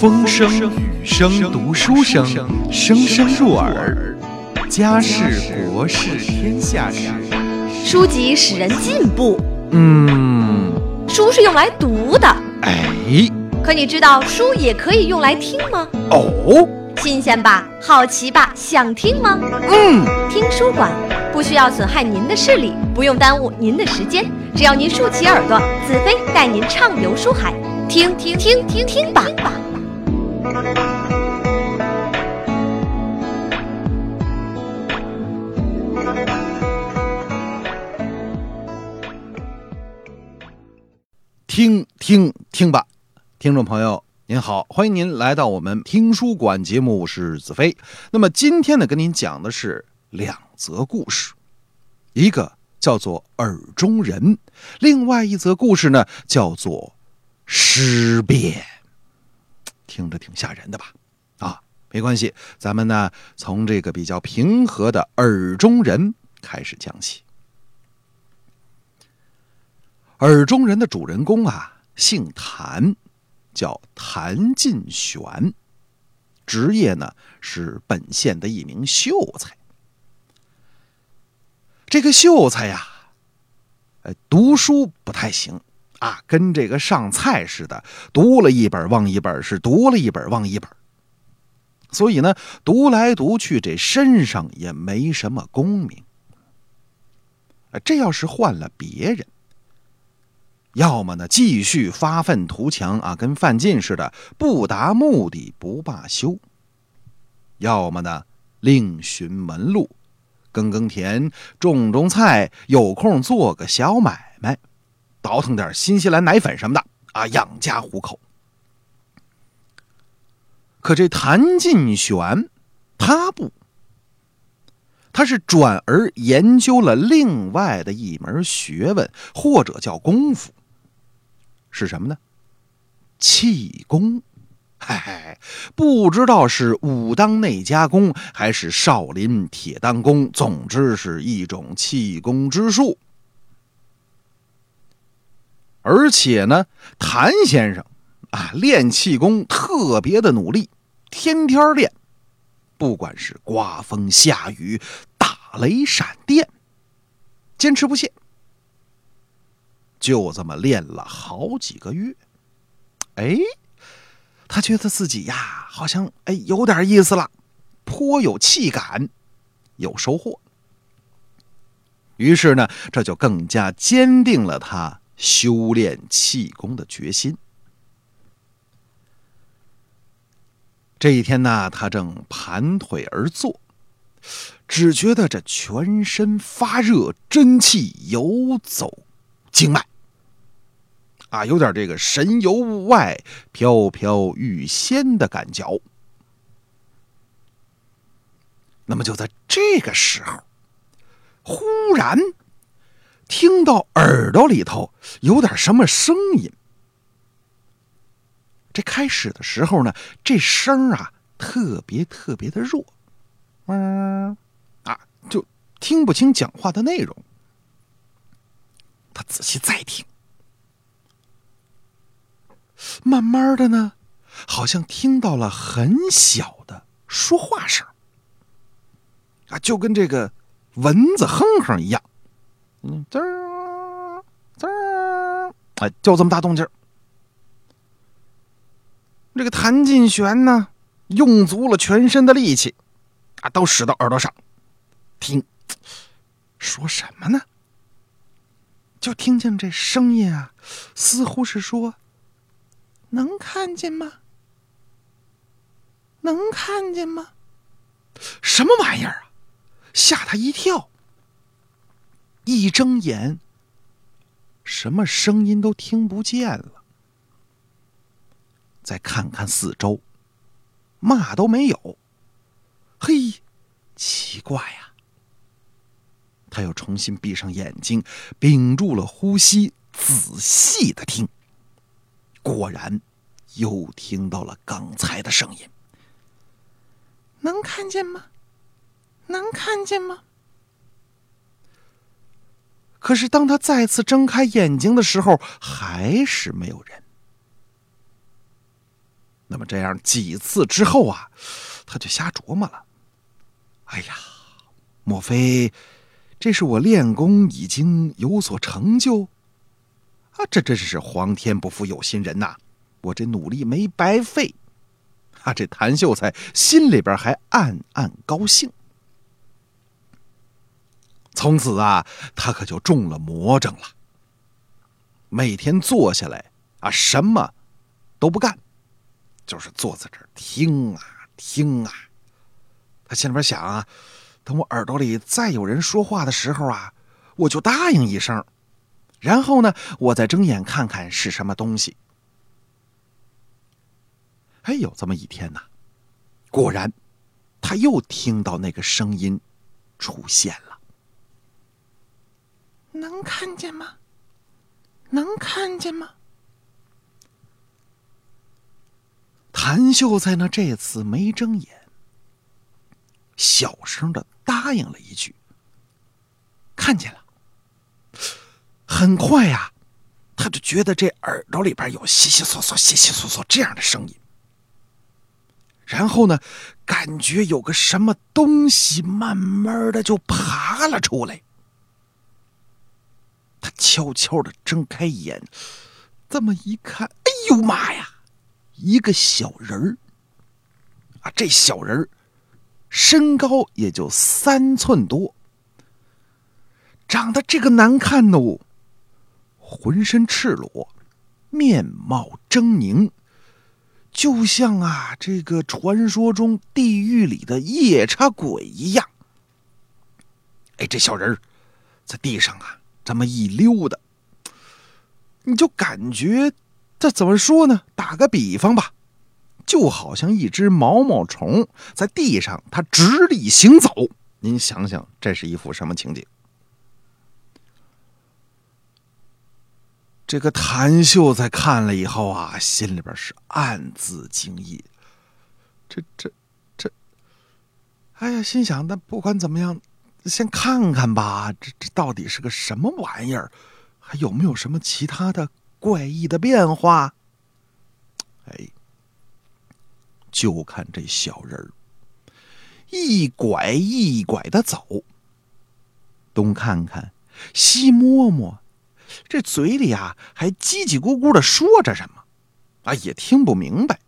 风声、雨声、读书声，声声入耳。家事国事天下事， 书籍使人进步。 书是用来读的。可你知道书也可以用来听吗？新鲜吧？好奇吧？想听吗？听书馆不需要损害您的视力，不用耽误您的时间，只要您竖起耳朵，子飞带您畅游书海，听吧。 听吧，听众朋友您好，欢迎您来到我们听书馆节目，我是子飞。那么今天呢，跟您讲的是两则故事，一个叫做耳中人，另外一则故事呢叫做尸变。听着挺吓人的吧？没关系，咱们呢从这个比较平和的耳中人开始讲起。耳中人的主人公姓谭，叫谭进玄，职业呢是本县的一名秀才。这个秀才读书不太行跟这个上菜似的，读了一本忘一本，是读了一本忘一本。所以呢，读来读去，这身上也没什么功名。这要是换了别人，要么呢继续发愤图强跟范进似的，不达目的不罢休；要么呢另寻门路，耕田，种菜，有空做个小买卖，倒腾点新西兰奶粉什么的养家糊口。可这谭进玄他不，他是转而研究了另外的一门学问，或者叫功夫，是什么呢？气功。不知道是武当内家功还是少林铁当功，总之是一种气功之术。而且呢，谭先生练气功特别的努力，天天练，不管是刮风下雨，打雷闪电，坚持不懈，就这么练了好几个月。他觉得自己好像有点意思了，颇有气感，有收获。于是呢，这就更加坚定了他修炼气功的决心。这一天呢，他正盘腿而坐，只觉得这全身发热，真气游走经脉有点这个神游物外，飘飘欲仙的感觉。那么就在这个时候，忽然听到耳朵里头有点什么声音。这开始的时候呢，这声特别的弱，就听不清讲话的内容。他仔细再听，慢慢的呢，好像听到了很小的说话声就跟这个蚊子哼哼一样，滋儿滋儿，就这么大动静。这个谭进玄呢，用足了全身的力气都使到耳朵上听，说什么呢？就听见这声音似乎是说：能看见吗？能看见吗？什么玩意儿吓他一跳。一睁眼，什么声音都听不见了。再看看四周，嘛都没有。奇怪他又重新闭上眼睛，屏住了呼吸，仔细的听。果然又听到了刚才的声音。能看见吗？能看见吗？可是当他再次睁开眼睛的时候，还是没有人。 那么这样几次之后啊，他就瞎琢磨了。哎呀，莫非这是我练功已经有所成就啊？这真是皇天不负有心人呐！我这努力没白费啊！这谭秀才心里边还暗暗高兴。从此啊，他可就中了魔怔了。每天坐下来啊，什么都不干，就是坐在这儿听啊听啊。他心里边想啊，等我耳朵里再有人说话的时候啊，我就答应一声，然后呢，我再睁眼看看是什么东西。哎，有这么一天呐，果然，他又听到那个声音出现了。能看见吗？能看见吗？谭秀才呢，这次没睁眼，小声的答应了一句：“看见了。”很快呀，他就觉得这耳朵里边有悉悉嗦嗦、悉悉嗦嗦这样的声音。然后呢，感觉有个什么东西慢慢的就爬了出来。他悄悄的睁开眼，这么一看，哎呦妈呀，一个小人儿啊！这小人儿身高也就3寸多，长得这个难看哦，浑身赤裸，面貌狰狞，就像啊这个传说中地狱里的夜叉鬼一样。哎，这小人儿在地上啊这么一溜达，你就感觉这怎么说呢？打个比方吧，就好像一只毛毛虫在地上它直立行走。您想想，这是一幅什么情景？这个谭秀才看了以后啊，心里边是暗自惊异。这，哎呀，心想，那不管怎么样，先看看吧，这到底是个什么玩意儿？还有没有什么其他的怪异的变化？哎，就看这小人儿一拐一拐的走，东看看，西摸摸，这嘴里啊还叽叽咕咕的说着什么，啊也听不明白。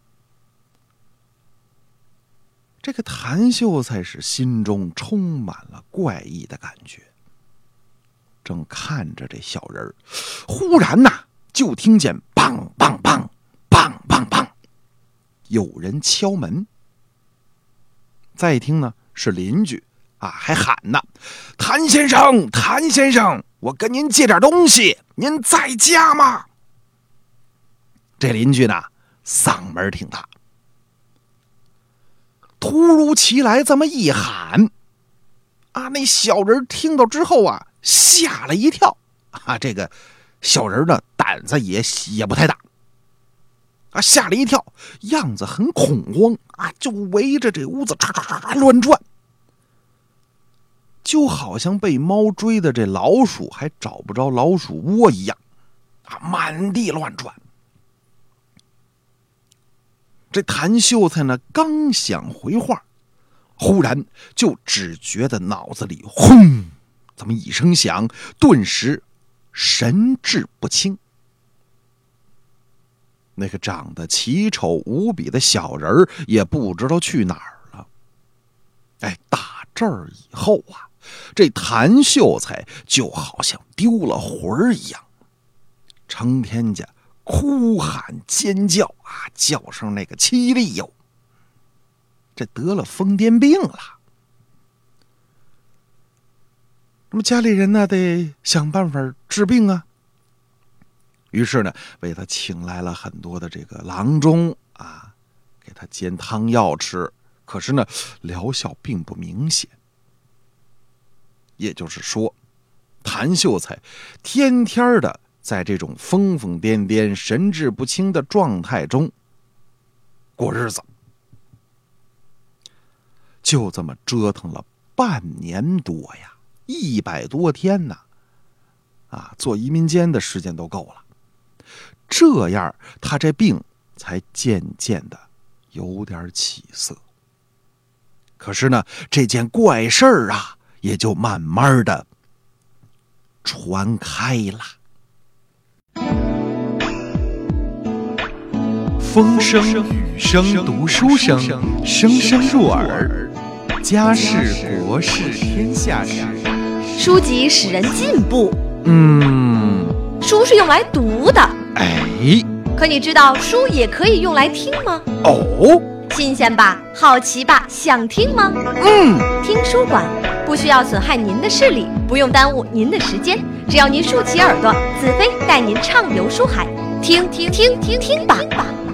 这个谭秀才是心中充满了怪异的感觉，正看着这小人儿，忽然呐，就听见梆梆梆梆梆梆，有人敲门。再一听呢，是邻居啊，还喊呢：“谭先生，谭先生，我跟您借点东西，您在家吗？”这邻居呢，嗓门挺大。突如其来这么一喊啊，那小人听到之后啊，吓了一跳啊。这个小人呢，胆子也不太大啊，吓了一跳，样子很恐慌啊，就围着这屋子唰唰唰唰乱转，就好像被猫追的这老鼠还找不着老鼠窝一样啊，满地乱转。这谭秀才呢，刚想回话，忽然就只觉得脑子里轰这么一声响，顿时神志不清。那个长得奇丑无比的小人儿也不知道去哪儿了。哎，打这儿以后啊，这谭秀才就好像丢了魂儿一样，成天家哭喊尖叫啊，叫声那个凄厉哟，这得了疯癫病了。那么家里人呢，得想办法治病啊。于是呢，为他请来了很多的这个郎中啊，给他煎汤药吃，可是呢，疗效并不明显。也就是说，谭秀才天天的在这种疯疯癫癫、神志不清的状态中过日子，就这么折腾了半年多呀，100多天呢，啊，做移民监的时间都够了。这样他这病才渐渐的有点起色。可是呢，这件怪事儿啊，也就慢慢的传开了。风声雨声读书声，声声入耳。家事国事天下事， 书籍使人进步。 书是用来读的。可你知道书也可以用来听吗？新鲜吧？好奇吧？想听吗？听书馆不需要损害您的视力，不用耽误您的时间，只要您竖起耳朵，子飞带您畅游书海，听吧。